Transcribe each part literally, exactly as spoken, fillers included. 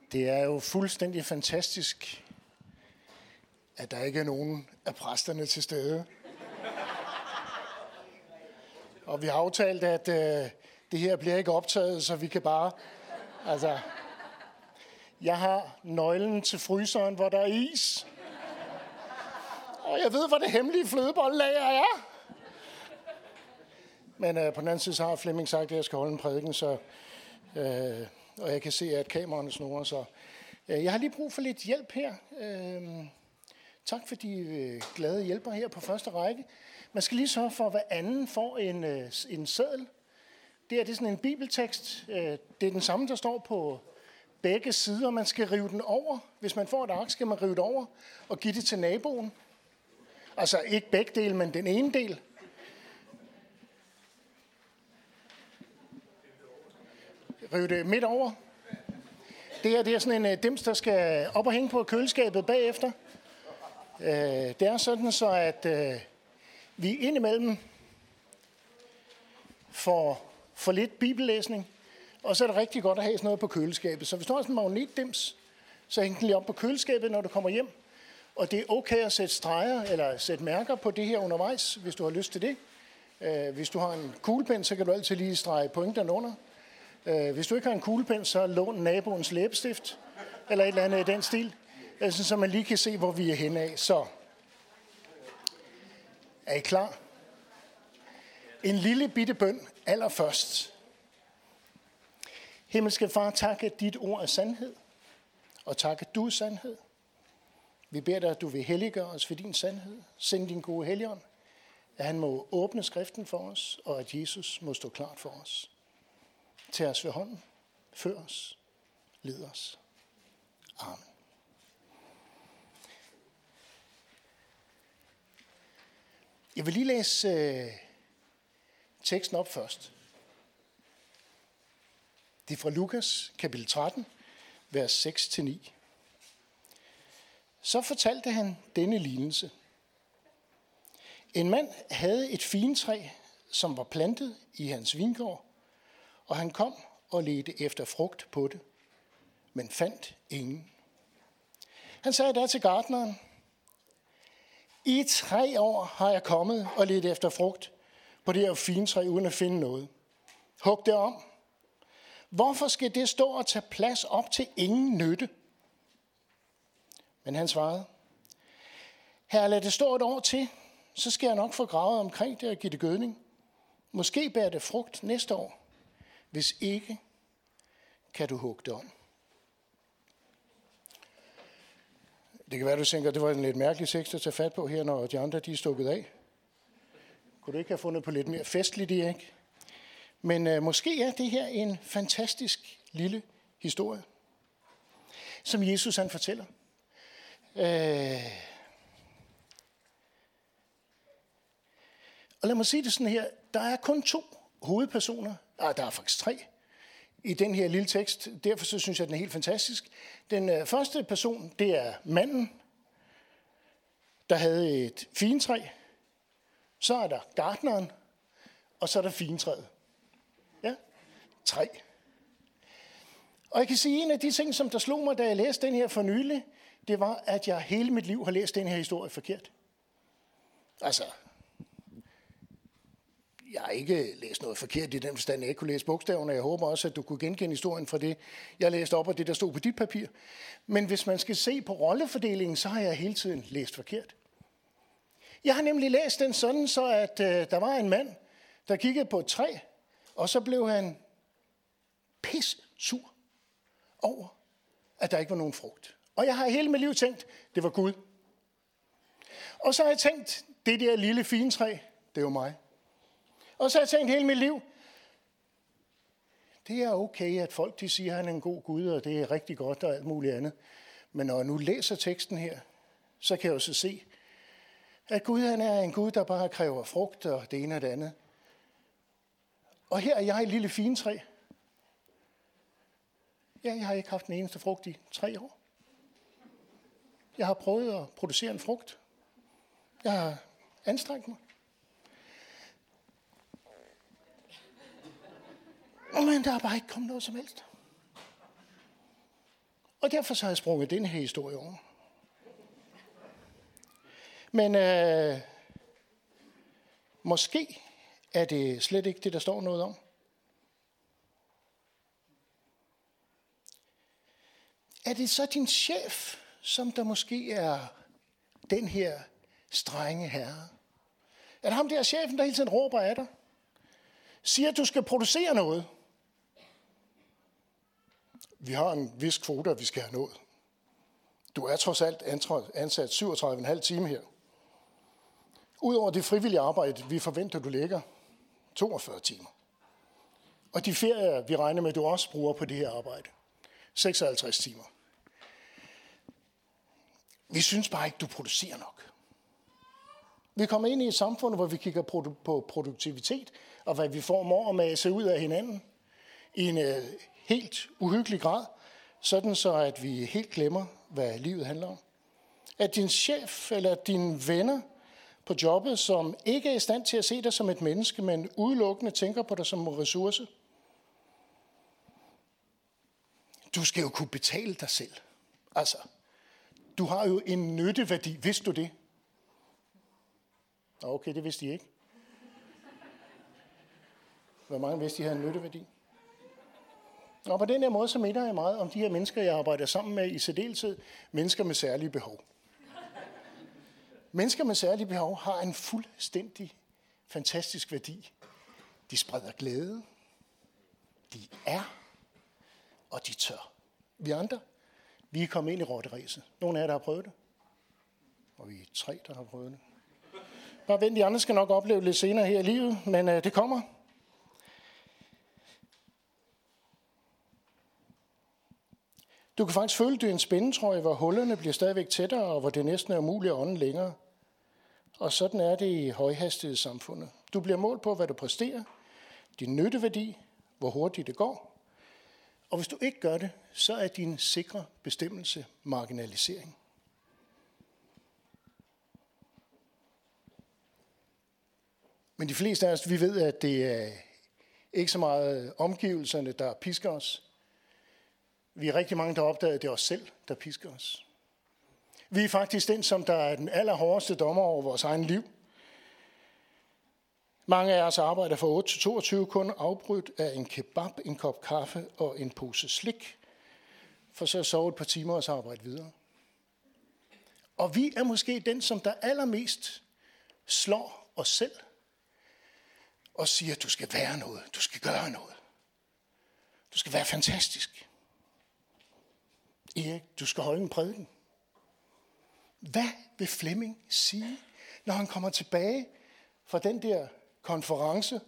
Det er jo fuldstændig fantastisk, at der ikke er nogen af præsterne til stede. Og vi har aftalt, at øh, det her bliver ikke optaget, så vi kan bare... Altså, jeg har nøglen til fryseren, hvor der er is. Og jeg ved, hvor det hemmelige flødebolllager er. Men øh, på den anden side, så har Flemming sagt, at jeg skal holde en prædiken, så... Øh, og jeg kan se, at kameraerne snurrer, så... Øh, jeg har lige brug for lidt hjælp her. Øh, tak for de øh, glade hjælpere her på første række. Man skal lige sørge for, at hver anden får en, øh, en seddel. Det er, det er sådan en bibeltekst. Øh, det er den samme, der står på begge sider. Man skal rive den over. Hvis man får et ark, skal man rive det over og give det til naboen. Altså ikke begge dele, men den ene del. Rive det midt over. Det her det er sådan en uh, dims, der skal op og hænge på køleskabet bagefter. Uh, det er sådan så, at uh, vi indimellem får for lidt bibellæsning, og så er det rigtig godt at have sådan noget på køleskabet. Så hvis du har sådan en magnetdims, så hæng den lige op på køleskabet, når du kommer hjem. Og det er okay at sætte streger eller sætte mærker på det her undervejs, hvis du har lyst til det. Uh, hvis du har en kuglepen, så kan du altid lige strege pointerne under. Uh, hvis du ikke har en kuglepen, så lån naboens læbestift, eller et eller andet i den stil, altså, så man lige kan se, hvor vi er henne af. Så, er I klar? En lille bitte bøn allerførst. Himmelske Far, tak, at dit ord er sandhed, og tak, at du er sandhed. Vi beder dig, at du vil helliggøre os for din sandhed. Send din gode Helligånd, at han må åbne skriften for os, og at Jesus må stå klart for os. Tag os ved hånden, før os, led os. Amen. Jeg vil lige læse øh, teksten op først. Det er fra Lukas, kapitel tretten, vers seks til ni. Så fortalte han denne lignelse. En mand havde et figentræ, som var plantet i hans vingård, og han kom og ledte efter frugt på det, men fandt ingen. Han sagde da til gartneren, i tre år har jeg kommet og ledt efter frugt på det her figentræ, uden at finde noget. Hug det om. Hvorfor skal det stå og tage plads op til ingen nytte? Men han svarede, herre, lad det stå et år til, så skal jeg nok få gravet omkring det og give det gødning. Måske bærer det frugt næste år. Hvis ikke, kan du hugge det om. Det kan være, du tænker, at det var en lidt mærkelig tekst at tage fat på her, når de andre de er stukket af. Kunne du ikke have fundet på lidt mere festligt, ikke? Men øh, måske er det her en fantastisk lille historie, som Jesus han fortæller. Øh... Og lad mig sige det sådan her. Der er kun to hovedpersoner. Ah, der er faktisk tre i den her lille tekst. Derfor så synes jeg, at den er helt fantastisk. Den øh, første person, det er manden, der havde et figentræ. Så er der gartneren, og så er der figentræet. Ja, tre. Og jeg kan sige, en af de ting, som der slog mig, da jeg læste den her for nylig, det var, at jeg hele mit liv har læst den her historie forkert. Altså, jeg har ikke læst noget forkert i den forstand, jeg ikke kunne læse bogstaverne. Jeg håber også, at du kunne genkende historien fra det, jeg læste op, og det, der stod på dit papir. Men hvis man skal se på rollefordelingen, så har jeg hele tiden læst forkert. Jeg har nemlig læst den sådan, så at øh, der var en mand, der kiggede på et træ, og så blev han pis sur over, at der ikke var nogen frugt. Og jeg har hele mit liv tænkt, det var Gud. Og så har jeg tænkt, det der lille figentræ, det er jo mig. Og så har jeg tænkt hele mit liv, det er okay, at folk de siger, at han er en god Gud, og det er rigtig godt og alt muligt andet. Men når jeg nu læser teksten her, så kan jeg jo så se, at Gud han er en Gud, der bare kræver frugt og det ene og det andet. Og her er jeg et lille figentræ. Ja, jeg har ikke haft en eneste frugt i tre år. Jeg har prøvet at producere en frugt. Jeg har anstrengt mig. Men der er bare ikke kommet noget som helst. Og derfor så har jeg sprunget den her historie over. Men øh, måske er det slet ikke det, der står noget om. Er det så din chef, som der måske er den her strenge herre? Er det ham der chefen, der hele tiden råber af dig? Siger, at du skal producere noget. Vi har en vis kvote, vi skal have nået. Du er trods alt ansat syvogtredive komma fem timer her. Udover det frivillige arbejde, vi forventer, du lægger toogfyrre timer. Og de ferier, vi regner med, du også bruger på det her arbejde. seksoghalvtreds timer. Vi synes bare ikke, du producerer nok. Vi kommer ind i et samfund, hvor vi kigger på produktivitet, og hvad vi får at mase ud af hinanden i en uh, helt uhyggelig grad, sådan så at vi helt glemmer, hvad livet handler om. At din chef eller dine venner på jobbet, som ikke er i stand til at se dig som et menneske, men udelukkende tænker på dig som en ressource. Du skal jo kunne betale dig selv. Altså, du har jo en nytteværdi. Vidste du det? Okay, det vidste I ikke. Hvor mange vidste, I havde en nytteværdi? Og på den her måde, så minder jeg meget om de her mennesker, jeg arbejder sammen med i særdeleshed. Mennesker med særlige behov. Mennesker med særlige behov har en fuldstændig fantastisk værdi. De spreder glæde. De er. Og de tør. Vi andre, vi er kommet ind i rotteræset. Nogle af jer, der har prøvet det. Og vi er tre, der har prøvet det. Bare vent, de andre skal nok opleve lidt senere her i livet, men øh, det kommer. Du kan faktisk føle, at du er en spændetrøje, hvor hullerne bliver stadigvæk tættere, og hvor det næsten er umuligt at ånde længere. Og sådan er det i højhastighedssamfundet. Du bliver målt på, hvad du præsterer, din nytteværdi, hvor hurtigt det går. Og hvis du ikke gør det, så er din sikre bestemmelse marginalisering. Men de fleste af os, vi ved, at det er ikke så meget omgivelserne, der pisker os. Vi er rigtig mange, der opdager, at det er os selv, der pisker os. Vi er faktisk den, som der er den allerhårdeste dommer over vores egen liv. Mange af os arbejder fra otte til toogtyve, kun afbrudt af en kebab, en kop kaffe og en pose slik, for så at sove et par timer og så arbejde videre. Og vi er måske den, som der allermest slår os selv og siger, at du skal være noget, du skal gøre noget. Du skal være fantastisk. Erik, du skal holde en prædiken. Hvad vil Flemming sige, når han kommer tilbage fra den der konference?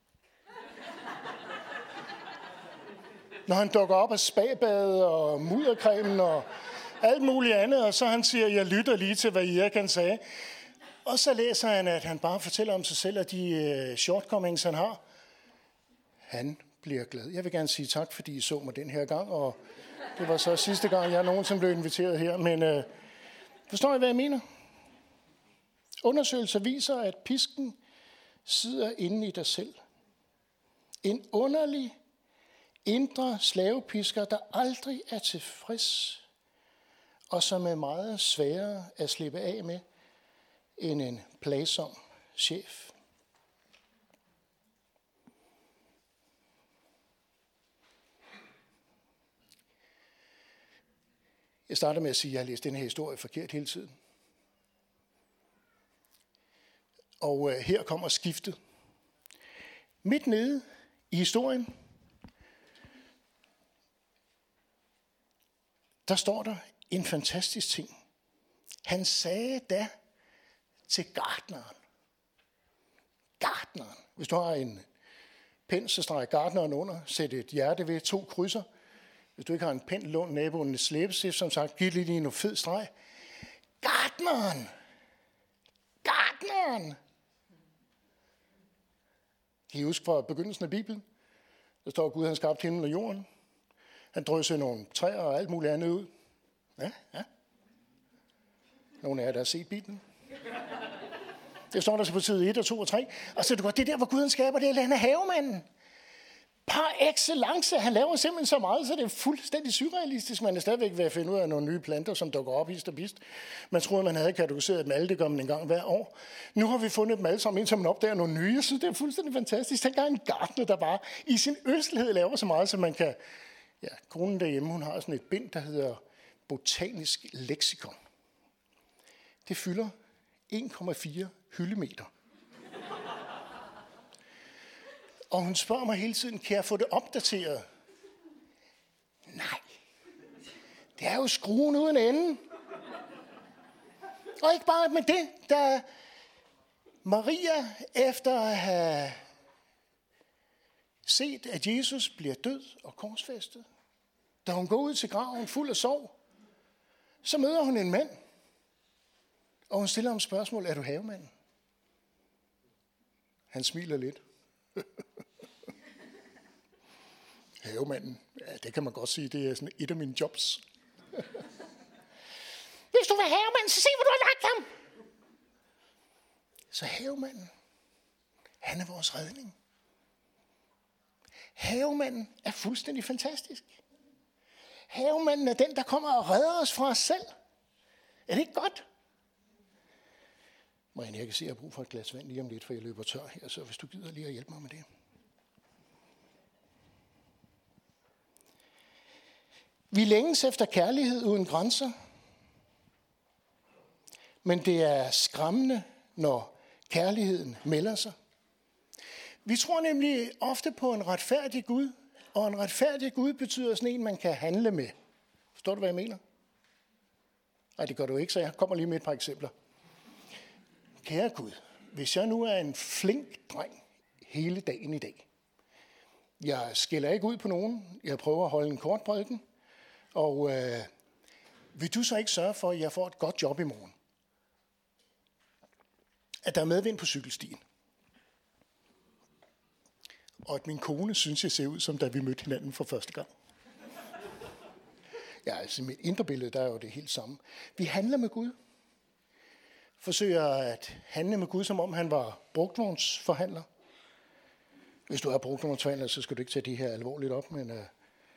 Når han dukker op af spabadet og muddercremen og alt muligt andet, og så han siger, jeg lytter lige til, hvad Erik kan sige. Og så læser han, at han bare fortæller om sig selv og de uh, shortcomings, han har. Han bliver glad. Jeg vil gerne sige tak, fordi I så mig den her gang, og det var så sidste gang, jeg nogensinde blev inviteret her. Men uh, forstår I, hvad jeg mener? Undersøgelser viser, at pisken sidder inde i dig selv. En underlig, indre slavepisker, der aldrig er tilfreds, og som er meget sværere at slippe af med, end en plagsom chef. Jeg starter med at sige, at jeg har læst den her historie forkert hele tiden. Og øh, her kommer skiftet. Midt nede i historien, der står der en fantastisk ting. Han sagde da til gartneren. Gartneren. Hvis du har en pen, så streger gartneren under. Sæt et hjerte ved, to krydser. Hvis du ikke har en pen, lån naboen et slæbestift, som sagt, giv lige en fed streg. Gartneren. Gartneren. Kan I huske fra begyndelsen af Bibelen? Der står, at Gud han skabte himlen og jorden. Han dryssede nogle træer og alt muligt andet ud. Ja, ja. Nogle af jer, der har set Bibelen. Det står der så på side et og to og tre. Og så er det godt, det er der, hvor Gud han skaber det, eller han er havemanden. Par excellence. Han laver simpelthen så meget, så det er fuldstændig surrealistisk. Man er stadigvæk ved at finde ud af nogle nye planter, som dukker op hist og bist. Man troede, man havde kategoriseret dem alle, det gør man en gang hver år. Nu har vi fundet dem alle sammen, indtil man opdager nogle nye. Så det er fuldstændig fantastisk. Tænk en gartner, der bare i sin østlighed laver så meget, så man kan... Ja, konen derhjemme, hun har sådan et bind, der hedder Botanisk Leksikon. Det fylder en komma fire hyldemeter. Og hun spørger mig hele tiden, kan jeg få det opdateret? Nej. Det er jo skruen uden ende. Og ikke bare med det, da Maria, efter at have set, at Jesus bliver død og korsfæstet, da hun går ud til graven fuld af sorg, så møder hun en mand, og hun stiller ham spørgsmål, er du havemanden? Han smiler lidt. Havemanden, ja, det kan man godt sige, det er sådan et af mine jobs. Hvis du vil havemanden, så se, hvor du har lagt ham. Så havemanden, han er vores redning. Havemanden er fuldstændig fantastisk. Havemanden er den, der kommer og redder os fra os selv. Er det ikke godt? Marianne, jeg kan se, at jeg har brug for et glas vand lige om lidt, for jeg løber tør her, så hvis du gider lige at hjælpe mig med det. Vi længes efter kærlighed uden grænser, men det er skræmmende, når kærligheden melder sig. Vi tror nemlig ofte på en retfærdig Gud, og en retfærdig Gud betyder sådan en, man kan handle med. Forstår du, hvad jeg mener? Nej, det gør du ikke, så jeg kommer lige med et par eksempler. Kære Gud, hvis jeg nu er en flink dreng hele dagen i dag, jeg skælder ikke ud på nogen, jeg prøver at holde en kort prædiken, og øh, vil du så ikke sørge for, at jeg får et godt job i morgen? At der er medvind på cykelstien. Og at min kone synes, jeg ser ud, som da vi mødte hinanden for første gang. Ja, altså mit indre billede, der er jo det helt samme. Vi handler med Gud. Forsøger at handle med Gud, som om han var brugtvognsforhandler. Hvis du er brugtvognsforhandler, så skal du ikke tage det her alvorligt op, men uh,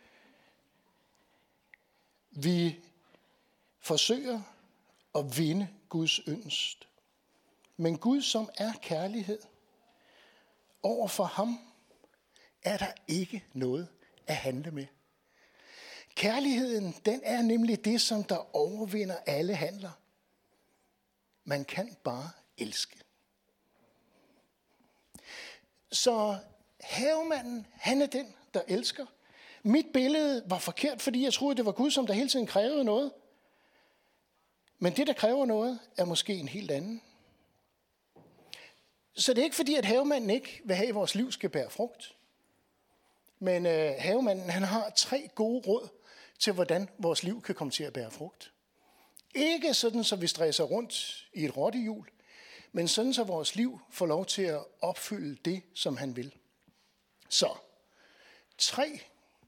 vi forsøger at vinde Guds yndest. Men Gud, som er kærlighed, over for ham er der ikke noget at handle med. Kærligheden, den er nemlig det, som der overvinder alle handler. Man kan bare elske. Så havemanden, han er den, der elsker. Mit billede var forkert, fordi jeg troede, det var Gud, som der hele tiden krævede noget. Men det, der kræver noget, er måske en helt anden. Så det er ikke fordi, at havemanden ikke vil have, at vores liv skal bære frugt. Men øh, havemanden, han har tre gode råd til, hvordan vores liv kan komme til at bære frugt. Ikke sådan, så vi stresser rundt i et rottehjul, men sådan, så vores liv får lov til at opfylde det, som han vil. Så, tre,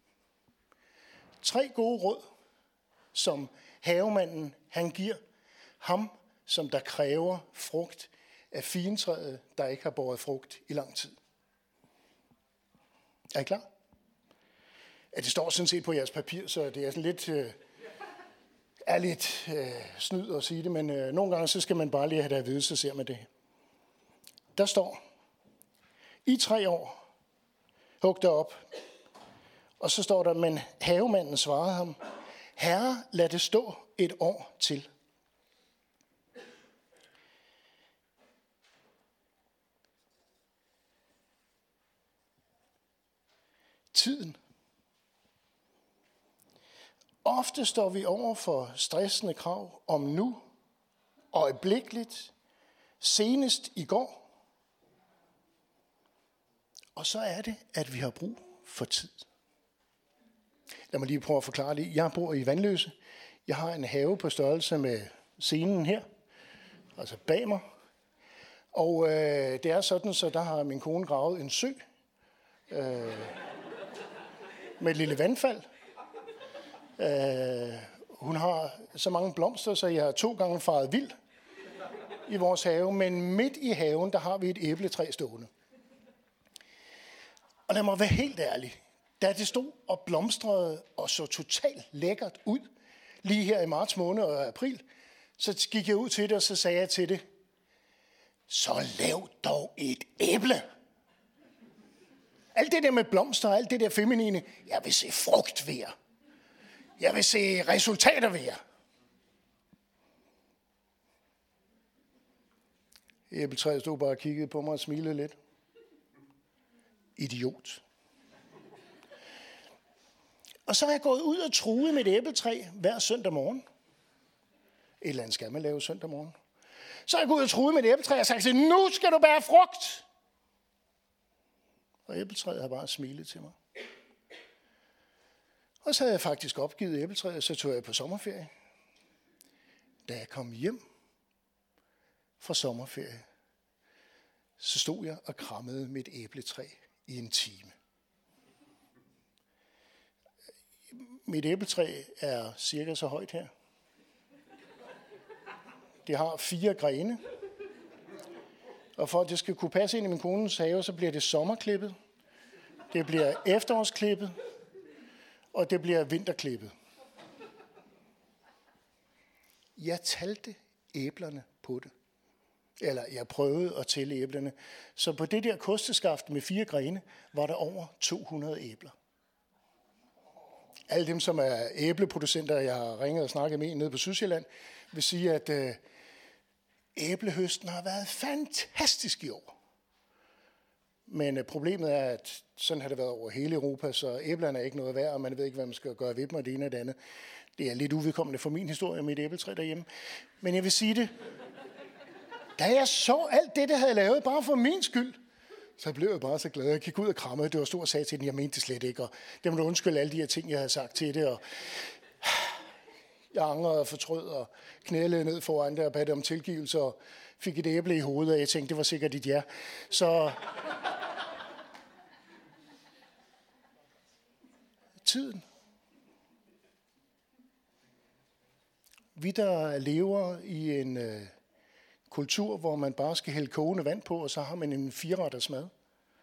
tre gode råd, som havemanden, han giver ham, som der kræver frugt af figentræet, der ikke har båret frugt i lang tid. Er I klar? Ja, det står sådan set på jeres papir, så det er sådan lidt, øh, er lidt øh, snyd at sige det, men øh, nogle gange så skal man bare lige have det at vide, så ser man det. Der står, i tre år, hug det op, og så står der, men havemanden svarede ham, Herre, lad det stå et år til. Tiden. Ofte står vi over for stressende krav om nu, øjeblikkeligt, senest i går. Og så er det, at vi har brug for tid. Lad mig lige prøve at forklare det. Jeg bor i Vandløse. Jeg har en have på størrelse med scenen her, altså bag mig. Og øh, det er sådan, så der har min kone gravet en sø øh, med et lille vandfald. Øh, hun har så mange blomster, så jeg har to gange faret vild i vores have. Men midt i haven, der har vi et æbletræ stående. Og lad mig være helt ærlig. Da det stod og blomstrede og så totalt lækkert ud, lige her i marts måned og april, så gik jeg ud til det, og så sagde jeg til det, så lav dog et æble. Alt det der med blomster, alt det der feminine, jeg vil se frugt ved jer. Jeg vil se resultater ved jer. Æbletræet stod bare og kiggede på mig og smilede lidt. Idiot. Og så er jeg gået ud og truet med et æbletræ hver søndag morgen. Et eller andet skal man lave søndag morgen. Så er jeg gået ud og truet med et æbletræ og sagt til, nu skal du bære frugt. Og æbletræet har bare smilet til mig. Og så havde jeg faktisk opgivet æbletræet, og så tog jeg på sommerferie. Da jeg kom hjem fra sommerferie, så stod jeg og krammede mit æbletræ i en time. Mit æbletræ er cirka så højt her. Det har fire grene. Og for at det skal kunne passe ind i min kones have, så bliver det sommerklippet. Det bliver efterårsklippet. Og det bliver vinterklippet. Jeg talte æblerne på det. Eller jeg prøvede at tælle æblerne. Så på det der kosteskaft med fire grene, var der over to hundrede æbler. Alle dem, som er æbleproducenter, jeg har ringet og snakket med nede på Sydsjælland, vil sige, at øh, æblehøsten har været fantastisk i år. Men øh, problemet er, at sådan har det været over hele Europa, så æblerne er ikke noget værd, og man ved ikke, hvad man skal gøre ved dem, og det ene og det andet. Det er lidt uvedkommende for min historie med et æbletræ derhjemme. Men jeg vil sige det, da jeg så alt det, det havde lavet, bare for min skyld, så blev jeg bare så glad. Jeg gik ud og krammede. Det var stort og sagde til den, jeg mente det slet ikke. Og det må du undskylde alle de her ting, jeg havde sagt til det. Og jeg angrede og fortrød og knælede ned foran det og bad om tilgivelse og fik et æble i hovedet, og jeg tænkte, det var sikkert et ja. Så tiden. Vi, der lever i en øh, kultur, hvor man bare skal hælde kogende vand på, og så har man en fireretters mad.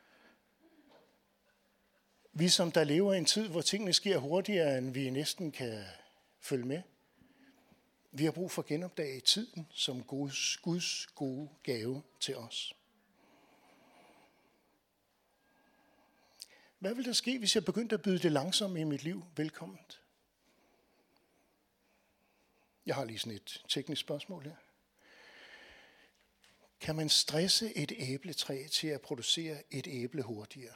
Vi, som der lever i en tid, hvor tingene sker hurtigere, end vi næsten kan følge med. Vi har brug for at genopdage tiden som Guds, Guds gode gave til os. Hvad vil der ske, hvis jeg begyndte at byde det langsomt i mit liv velkommen? Jeg har lige sådan et teknisk spørgsmål her. Kan man stresse et æbletræ til at producere et æble hurtigere?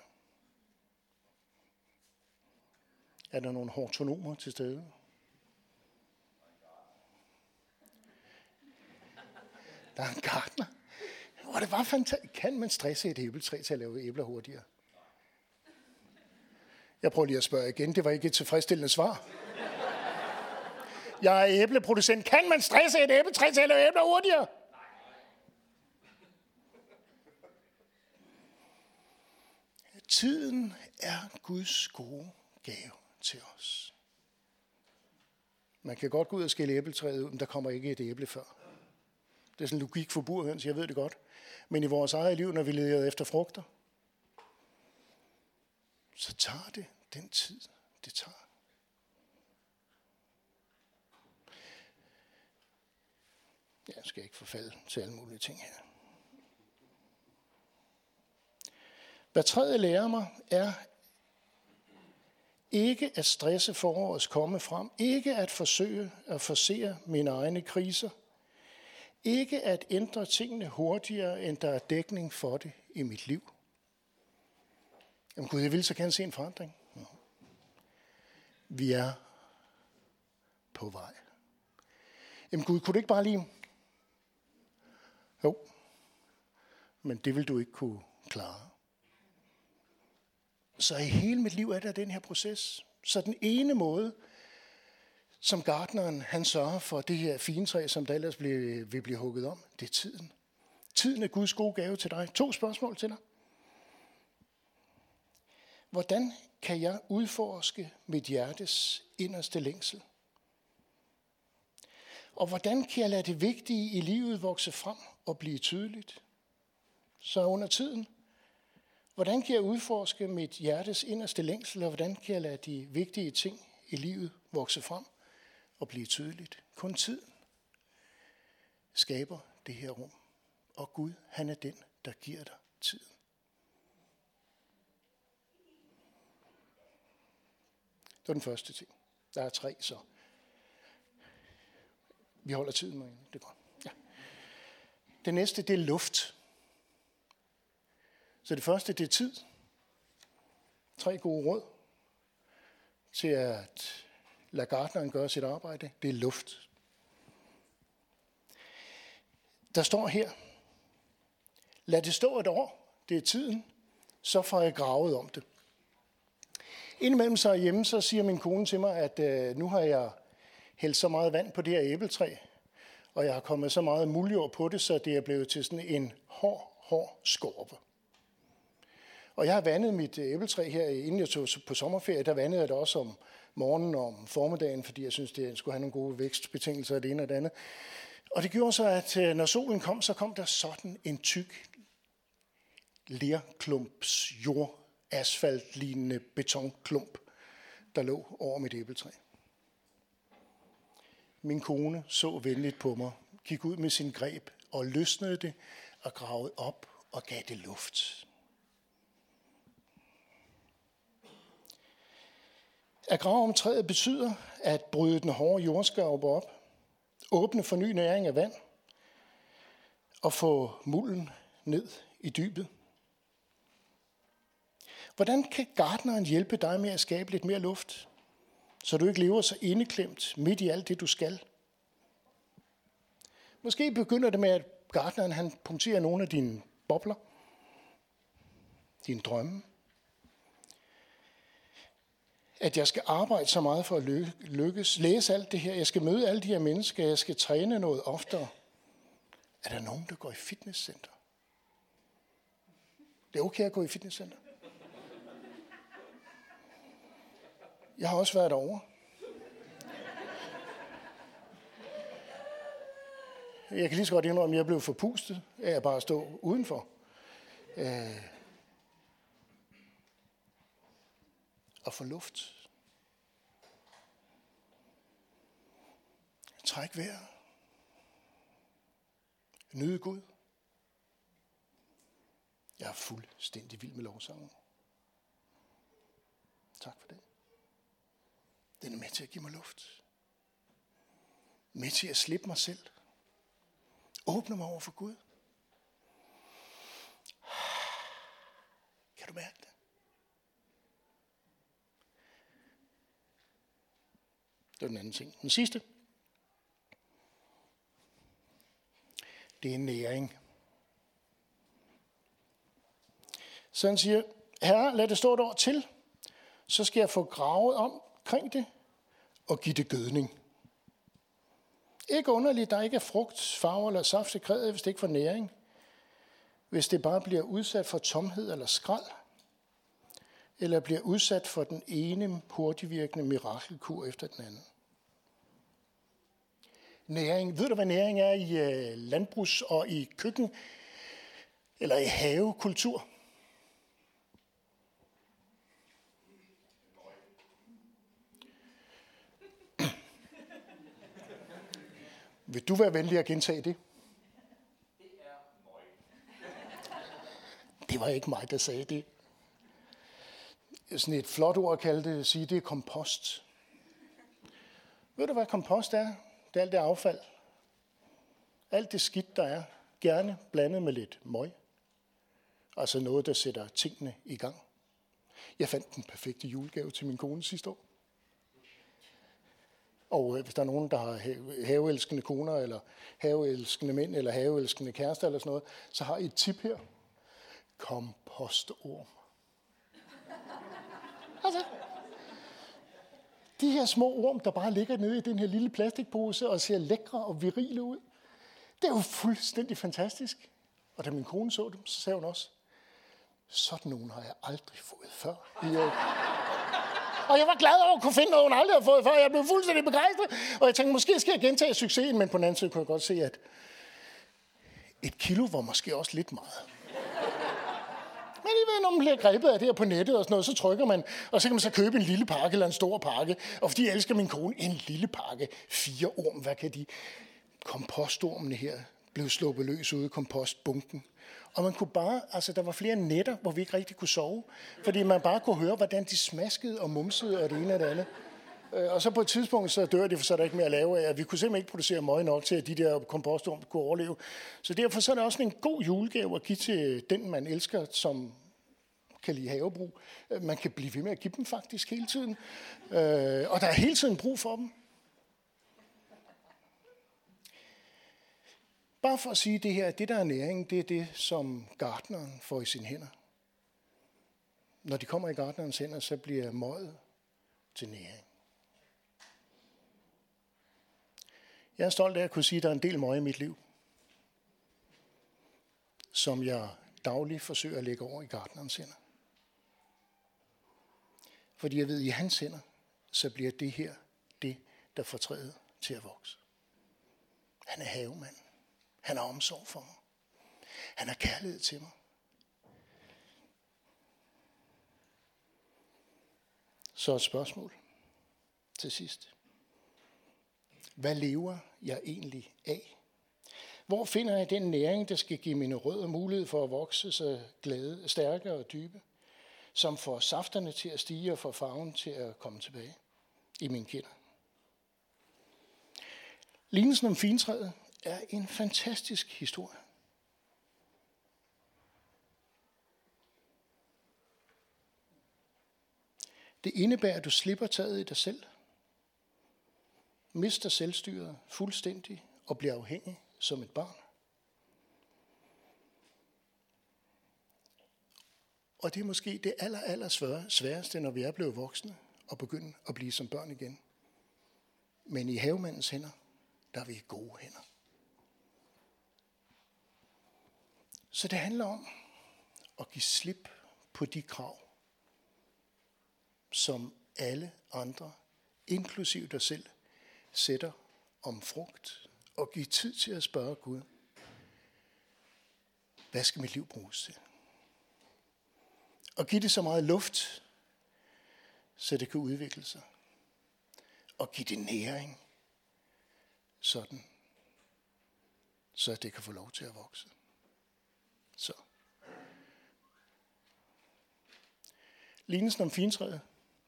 Er der nogle hortonomer til stede? Der er en gartner. Hvor det var fantastisk. Kan man stresse et æbletræ til at lave æbler hurtigere? Jeg prøver lige at spørge igen. Det var ikke et tilfredsstillende svar. Jeg er æbleproducent. Kan man stresse et æbletræ til at lave æbler hurtigere? Tiden er Guds gode gave til os. Man kan godt gå ud og skille æbletræet ud, men der kommer ikke et æble før. Det er sådan en logik for burhøns, jeg ved det godt. Men i vores eget liv, når vi leder efter frugter, så tager det den tid, det tager. Jeg skal ikke forfalde til alle mulige ting her. Hvad tredje lærer mig er ikke at stresse forårets komme frem, ikke at forsøge at forsere mine egne kriser, ikke at ændre tingene hurtigere, end der er dækning for det i mit liv. Jamen Gud, jeg vil så gerne se en forandring. Ja. Vi er på vej. Jamen Gud, kunne du ikke bare lige... Jo, men det vil du ikke kunne klare. Så i hele mit liv er der den her proces. Så den ene måde, som gartneren han sørger for det her fintræ, som der ellers vil, vil blive hugget om, det er tiden. Tiden er Guds gode gave til dig. To spørgsmål til dig. Hvordan kan jeg udforske mit hjertes inderste længsel? Og hvordan kan jeg lade det vigtige i livet vokse frem og blive tydeligt? Så under tiden, Hvordan kan jeg udforske mit hjertes inderste længsel, og hvordan kan jeg lade de vigtige ting i livet vokse frem og blive tydeligt? Kun tiden skaber det her rum, og Gud, han er den, der giver dig tiden. Det var den første ting. Der er tre, så vi holder tiden med det er godt. Ja. Det næste, det er luft. Så det første, det er tid. Tre gode råd til at lade gartneren gøre sit arbejde. Det er luft. Der står her, lad det stå et år, det er tiden, så får jeg gravet om det. Indimellem så hjemme, så siger min kone til mig, at øh, nu har jeg hældt så meget vand på det her æbletræ, og jeg har kommet så meget muljord på det, så det er blevet til sådan en hård, hård skorpe. Og jeg har vandet mit æbletræ her, inden jeg tog på sommerferie, der vandede jeg det også om morgenen og om formiddagen, fordi jeg synes, det skulle have nogle gode vækstbetingelser af det ene og det andet. Og det gjorde så, at når solen kom, så kom der sådan en tyk lerklumps jord, asfaltlignende betonklump, der lå over mit æbletræ. Min kone så venligt på mig, gik ud med sin greb og løsnede det og gravede op og gav det luft. At grave om træet betyder at bryde den hårde jordskorpe op, åbne for ny næring af vand og få mulden ned i dybet. Hvordan kan gartneren hjælpe dig med at skabe lidt mere luft, så du ikke lever så indeklemt midt i alt det, du skal? Måske begynder det med, at gartneren han punkterer nogle af dine bobler, dine drømme. At jeg skal arbejde så meget for at lykkes, læse alt det her, jeg skal møde alle de her mennesker, jeg skal træne noget oftere. Er der nogen, der går i fitnesscenter? Det er okay at gå i fitnesscenter. Jeg har også været derovre. Jeg kan lige så godt indrømme, at jeg blev forpustet af at bare stå udenfor. Øh, og få luft. Træk vejret. Nyde Gud. Jeg er fuldstændig vild med lovsangen. Tak for det. Den er med til at give mig luft. Med til at slippe mig selv. Åbne mig over for Gud. Kan du mærke det? Det var den anden ting. Den sidste. Det er næring. Så han siger, Herre, lad det stå et år til, så skal jeg få gravet omkring det og give det gødning. Ikke underligt, der ikke er frugt, farve eller saft i krædet, hvis det ikke får næring. Hvis det bare bliver udsat for tomhed eller skrald, eller bliver udsat for den ene hurtigvirkende mirakelkur efter den anden. Næring. Ved du, hvad næring er i øh, landbrugs- og i køkken- eller i havekultur? Vil du være venlig at gentage det? Det er møg. Det var ikke mig, der sagde det. Sådan et flot ord at kalde det, sige, det er kompost. Ved du, hvad kompost er? Det er alt det affald. Alt det skidt, der er. Gerne blandet med lidt møg. Altså noget, der sætter tingene i gang. Jeg fandt den perfekte julegave til min kone sidste år. Og øh, hvis der er nogen, der har haveelskende koner, eller haveelskende mænd, eller haveelskende kærester, eller sådan noget, så har I et tip her. Kompostorm. Altså, de her små orm, der bare ligger nede i den her lille plastikpose, og ser lækre og virile ud, det er jo fuldstændig fantastisk. Og da min kone så dem, så sagde hun også, sådan nogen har jeg aldrig fået før. Og jeg var glad over at kunne finde noget, hun aldrig har fået før. Jeg blev fuldstændig begejstret. Og jeg tænkte, måske skal jeg gentage succesen, men på den anden side kunne jeg godt se, at et kilo var måske også lidt meget. Men I ved, når man bliver grebet af det her på nettet og sådan noget, så trykker man, og så kan man så købe en lille pakke eller en stor pakke. Og fordi jeg elsker min kone, en lille pakke, fire orm, hvad kan de? Kompostormene her blev sluppet løs ude i kompostbunken. Og man kunne bare, altså der var flere nætter, hvor vi ikke rigtig kunne sove, fordi man bare kunne høre, hvordan de smaskede og mumsede og det ene og det andet. Og så på et tidspunkt, så dør det, for så er der ikke mere at lave af. Vi kunne simpelthen ikke producere møg nok til, at de der kompostorm kunne overleve. Så derfor så er det også en god julegave at give til den, man elsker, som kan lide havebrug. Man kan blive ved med at give dem faktisk hele tiden. Og der er hele tiden brug for dem. Bare for at sige det her, det der er næring, det er det, som gartneren får i sine hænder. Når de kommer i gartnerens hænder, så bliver møget til næring. Jeg er stolt af at kunne sige, at der er en del møg i mit liv, som jeg dagligt forsøger at lægge over i gartnerens hænder. Fordi jeg ved, at i hans hænder, så bliver det her det, der får træet til at vokse. Han er havemand. Han har omsorg for mig. Han har kærlighed til mig. Så et spørgsmål til sidst. Hvad lever jeg egentlig af? Hvor finder jeg den næring, der skal give mine rødder mulighed for at vokse så glade, stærke og dybe, som får safterne til at stige og får farven til at komme tilbage i mine kinder? Lignelsen om fintræet er en fantastisk historie. Det indebærer, at du slipper taget i dig selv, mister selvstyret fuldstændig og bliver afhængig som et barn. Og det er måske det aller, aller sværeste, når vi er blevet voksne og begynde at blive som børn igen. Men i havemandens hænder, der er vi i gode hænder. Så det handler om at give slip på de krav, som alle andre, inklusive dig selv, sætter om frugt, og give tid til at spørge Gud, hvad skal mit liv bruges til? Og give det så meget luft, så det kan udvikle sig. Og give det næring, sådan, så det kan få lov til at vokse. Så. Lignelsen om fintræet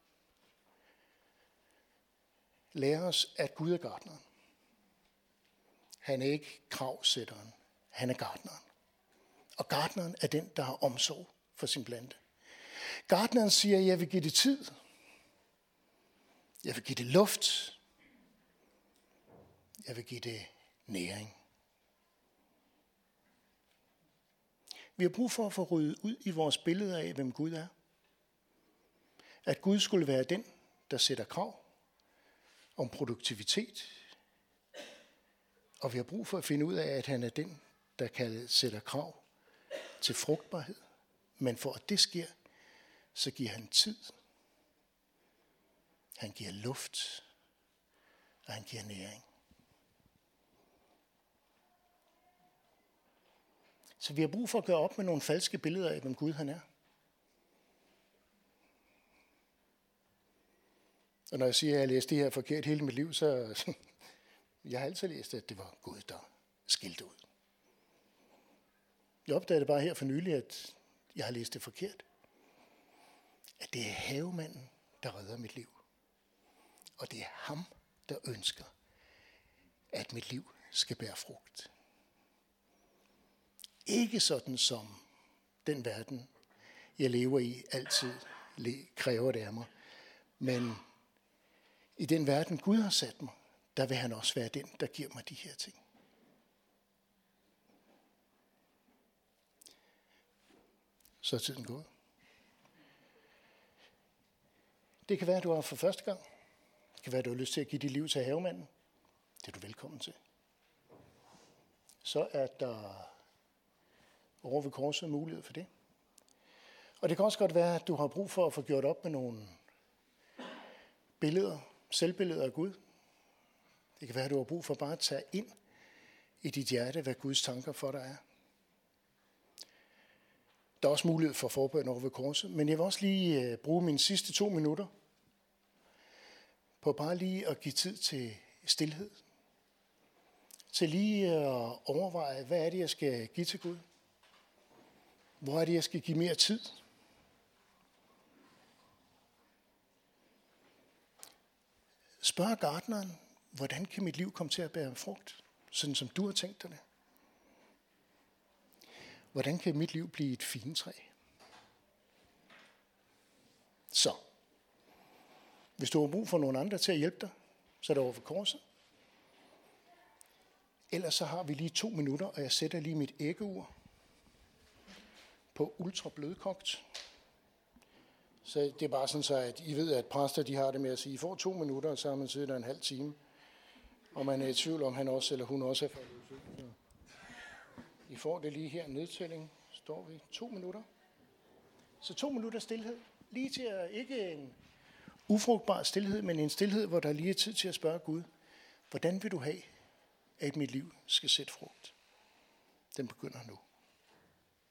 lærer os, at Gud er gartneren. Han er ikke kravsætteren. Han er gartneren. Og gartneren er den, der har omsorg for sin plante. Gartneren siger, jeg vil give det tid. Jeg vil give det luft. Jeg vil give det næring. Vi har brug for at få ryddet ud i vores billeder af, hvem Gud er. At Gud skulle være den, der sætter krav om produktivitet. Og vi har brug for at finde ud af, at han er den, der kan sætte krav til frugtbarhed. Men for at det sker, så giver han tid. Han giver luft. Og han giver næring. Så vi har brug for at gøre op med nogle falske billeder af, hvem Gud han er. Og når jeg siger, at jeg har læst det her forkert hele mit liv, så jeg har altid læst, at det var Gud, der skilte ud. Jeg opdagede bare her for nylig, at jeg har læst det forkert. At det er havemanden, der redder mit liv. Og det er ham, der ønsker, at mit liv skal bære frugt. Ikke sådan som den verden, jeg lever i, altid kræver det af mig. Men i den verden, Gud har sat mig, der vil han også være den, der giver mig de her ting. Så er tiden gået. Det kan være, at du har for første gang. Det kan være, at du har lyst til at give dit liv til havemanden. Det er du velkommen til. Så er der over ved korset mulighed for det. Og det kan også godt være, at du har brug for at få gjort op med nogle billeder, selvbilleder af Gud. Det kan være, at du har brug for bare at tage ind i dit hjerte, hvad Guds tanker for dig er. Der er også mulighed for forbøn over ved korset, men jeg vil også lige øh, bruge mine sidste to minutter på bare lige at give tid til stilhed. Til lige at overveje, hvad er det, jeg skal give til Gud? Hvor er det, jeg skal give mere tid? Spørg gartneren, hvordan kan mit liv komme til at bære frugt, sådan som du har tænkt dig det? Hvordan kan mit liv blive et fintræ? Så, hvis du har brug for nogle andre til at hjælpe dig, så er det over for korset. Ellers så har vi lige to minutter, og jeg sætter lige mit æggeur på ultra blødkogt. Så det er bare sådan så, at I ved, at præster de har det med at sige, I får to minutter, og så har man siddet der en halv time. Og man er i tvivl om, han også eller hun også er faldet ud. I får det lige her, nedtælling, står vi, to minutter. Så to minutter stillhed, lige til at, ikke en ufrugtbar stillhed, men en stillhed, hvor der lige er tid til at spørge Gud, hvordan vil du have, at mit liv skal sætte frugt? Den begynder nu.